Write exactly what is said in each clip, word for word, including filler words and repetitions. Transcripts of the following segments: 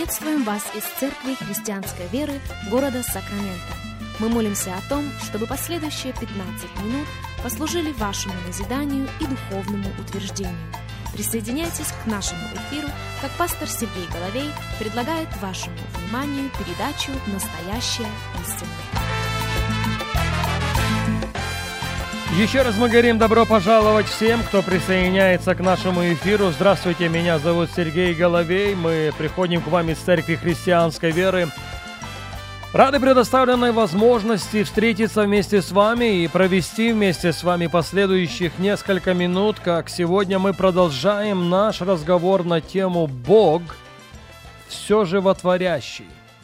Приветствуем вас из Церкви Христианской Веры города Сакраменто. Мы молимся о том, чтобы последующие пятнадцать минут послужили вашему назиданию и духовному утверждению. Присоединяйтесь к нашему эфиру, как пастор Сергей Головей предлагает вашему вниманию передачу «Настоящая истина». Еще раз мы говорим добро пожаловать всем, кто присоединяется к нашему эфиру. Здравствуйте, меня зовут Сергей Головей. Мы приходим к вам из Церкви Христианской Веры. Рады предоставленной возможности встретиться вместе с вами и провести вместе с вами последующих несколько минут, как сегодня мы продолжаем наш разговор на тему «Бог, все животворящий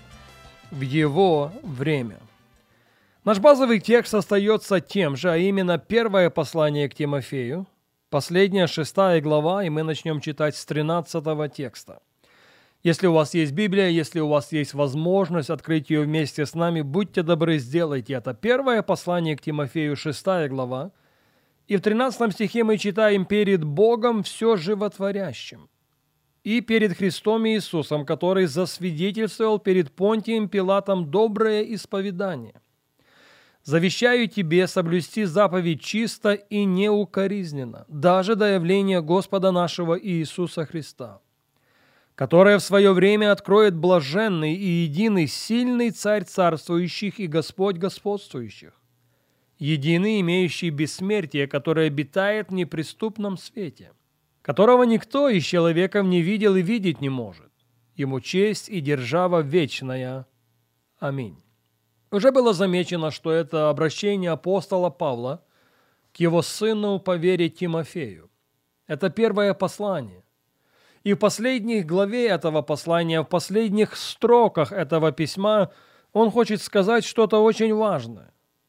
в Его время». Наш базовый текст остается тем же, а именно первое послание к Тимофею, последняя шестая глава, и мы начнем читать с тринадцатого текста. Если у вас есть Библия, если у вас есть возможность открыть ее вместе с нами, будьте добры, сделайте это. Первое послание к Тимофею, шестая глава, и в тринадцатом стихе мы читаем «Перед Богом все животворящим, и перед Христом Иисусом, который засвидетельствовал перед Понтием Пилатом доброе исповедание. Завещаю тебе соблюсти заповедь чисто и неукоризненно, даже до явления Господа нашего Иисуса Христа, которое в свое время откроет блаженный и единый сильный Царь царствующих и Господь господствующих, единый, имеющий бессмертие, который обитает в неприступном свете, которого никто из человеков не видел и видеть не может. Ему честь и держава вечная. Аминь». Уже было замечено, что это обращение апостола Павла к его сыну по вере Тимофею. Это первое послание. И в последней главе этого послания, в последних строках этого письма, он хочет сказать что-то очень важное.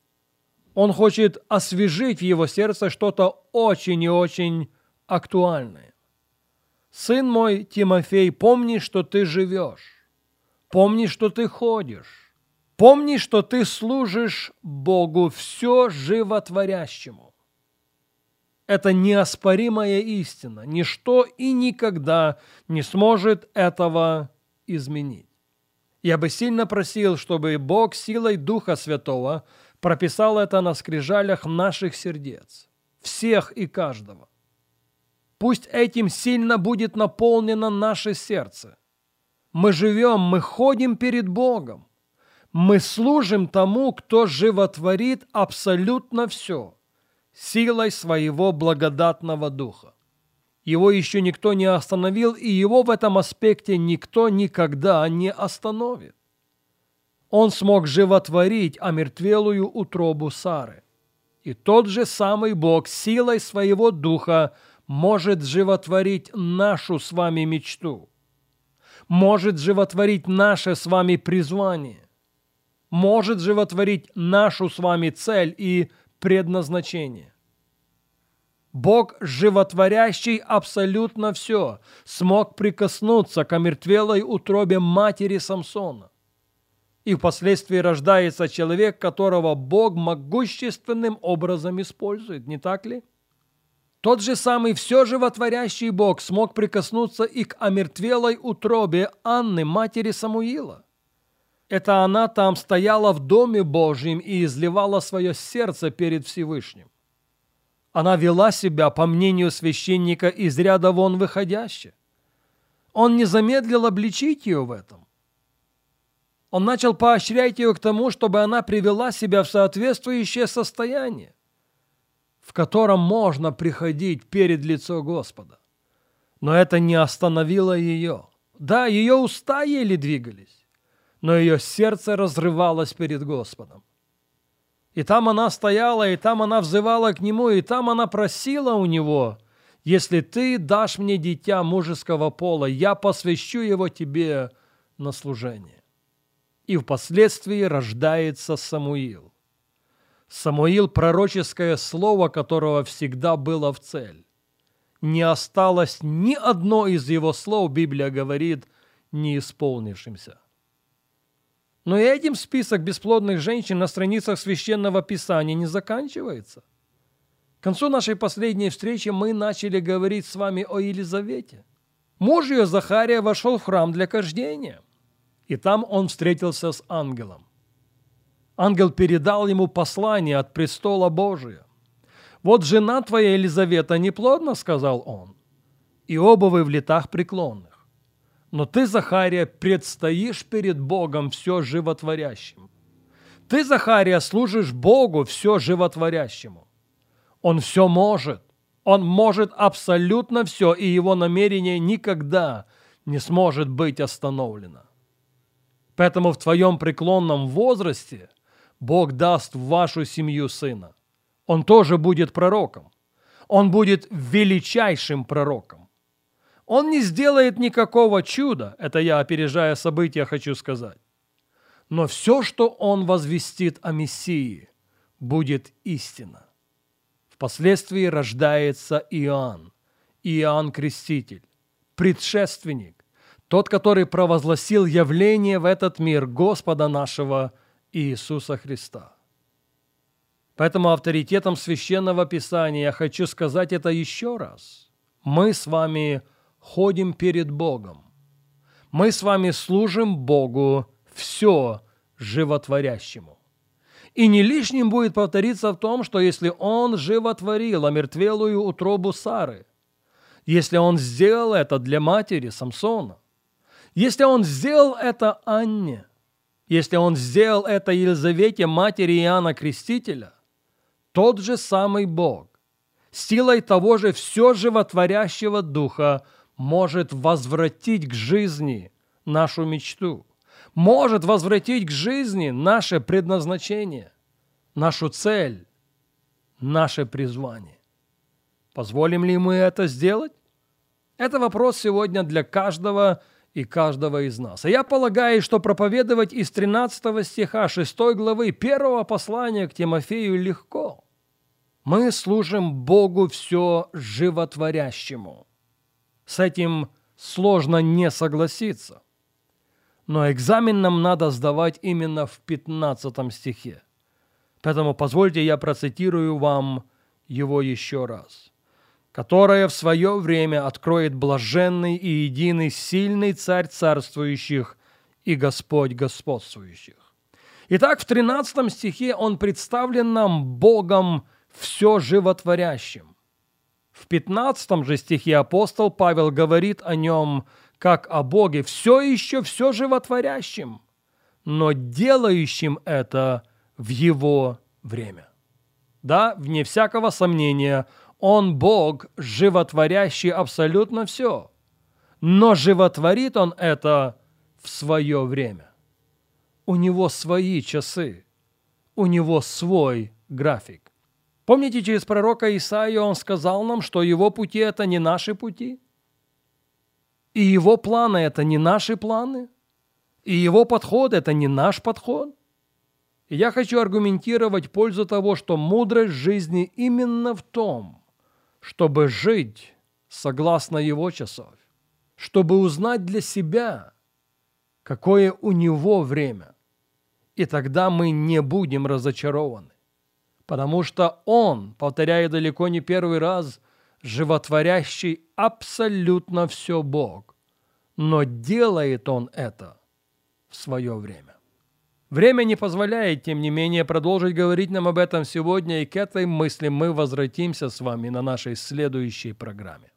Он хочет освежить в его сердце что-то очень и очень актуальное. «Сын мой, Тимофей, помни, что ты живешь. Помни, что ты ходишь. Помни, что ты служишь Богу все животворящему». Это неоспоримая истина. Ничто и никогда не сможет этого изменить. Я бы сильно просил, чтобы Бог силой Духа Святого прописал это на скрижалях наших сердец, всех и каждого. Пусть этим сильно будет наполнено наше сердце. Мы живем, мы ходим перед Богом. Мы служим тому, кто животворит абсолютно все силой своего благодатного Духа. Его еще никто не остановил, и его в этом аспекте никто никогда не остановит. Он смог животворить омертвелую утробу Сары. И тот же самый Бог силой своего Духа может животворить нашу с вами мечту, может животворить наше с вами призвание, может животворить нашу с вами цель и предназначение. Бог, животворящий абсолютно все, смог прикоснуться к омертвелой утробе матери Самсона. И впоследствии рождается человек, которого Бог могущественным образом использует, не так ли? Тот же самый все животворящий Бог смог прикоснуться и к омертвелой утробе Анны, матери Самуила. Это она там стояла в Доме Божьем и изливала свое сердце перед Всевышним. Она вела себя, по мнению священника, из ряда вон выходяще. Он не замедлил обличить ее в этом. Он начал поощрять ее к тому, чтобы она привела себя в соответствующее состояние, в котором можно приходить перед лицо Господа. Но это не остановило ее. Да, ее уста еле двигались, но ее сердце разрывалось перед Господом. И там она стояла, и там она взывала к Нему, и там она просила у Него: «Если Ты дашь мне дитя мужеского пола, я посвящу его Тебе на служение». И впоследствии рождается Самуил. Самуил – пророческое слово, которого всегда было в цель. Не осталось ни одно из его слов, Библия говорит, не исполнившимся. Но и этим список бесплодных женщин на страницах Священного Писания не заканчивается. К концу нашей последней встречи мы начали говорить с вами о Елизавете. Муж ее, Захария, вошел в храм для кождения, и там он встретился с ангелом. Ангел передал ему послание от престола Божия. «Вот жена твоя Елизавета неплодна, — сказал он, — и оба вы в летах преклонных. Но ты, Захария, предстоишь перед Богом все животворящим. Ты, Захария, служишь Богу все животворящему. Он все может, он может абсолютно все, и его намерение никогда не сможет быть остановлено. Поэтому в твоем преклонном возрасте Бог даст в вашу семью сына. Он тоже будет пророком. Он будет величайшим пророком. Он не сделает никакого чуда, это я, опережая события, хочу сказать. Но все, что он возвестит о Мессии, будет истина. Впоследствии рождается Иоанн, Иоанн Креститель, предшественник, тот, который провозгласил явление в этот мир Господа нашего Иисуса Христа. Поэтому авторитетом Священного Писания я хочу сказать это еще раз. Мы с вами ходим перед Богом. Мы с вами служим Богу все животворящему. И не лишним будет повториться в том, что если Он животворил омертвелую утробу Сары, если Он сделал это для матери Самсона, если Он сделал это Анне, если Он сделал это Елизавете, матери Иоанна Крестителя, тот же самый Бог, силой того же все животворящего Духа, может возвратить к жизни нашу мечту, может возвратить к жизни наше предназначение, нашу цель, наше призвание. Позволим ли мы это сделать? Это вопрос сегодня для каждого и каждого из нас. А я полагаю, что проповедовать из тринадцатого стиха шестой главы первого послания к Тимофею легко. Мы служим Богу все животворящему. С этим сложно не согласиться. Но экзамен нам надо сдавать именно в пятнадцатом стихе. Поэтому позвольте я процитирую вам его еще раз. «Которое в свое время откроет блаженный и единый сильный Царь царствующих и Господь господствующих». Итак, в тринадцатом стихе он представлен нам Богом все животворящим. В пятнадцатом же стихе апостол Павел говорит о нем как о Боге все еще все животворящим, но делающим это в Его время. Да, вне всякого сомнения, Он Бог, животворящий абсолютно все, но животворит Он это в свое время. У Него свои часы, у Него свой график. Помните, через пророка Исаию он сказал нам, что Его пути – это не наши пути, и Его планы – это не наши планы, и Его подход – это не наш подход. И я хочу аргументировать в пользу того, что мудрость жизни именно в том, чтобы жить согласно Его часов, чтобы узнать для себя, какое у Него время, и тогда мы не будем разочарованы. Потому что Он, повторяю далеко не первый раз, животворящий абсолютно все Бог, но делает Он это в свое время. Время не позволяет, тем не менее, продолжить говорить нам об этом сегодня, и к этой мысли мы возвратимся с вами на нашей следующей программе.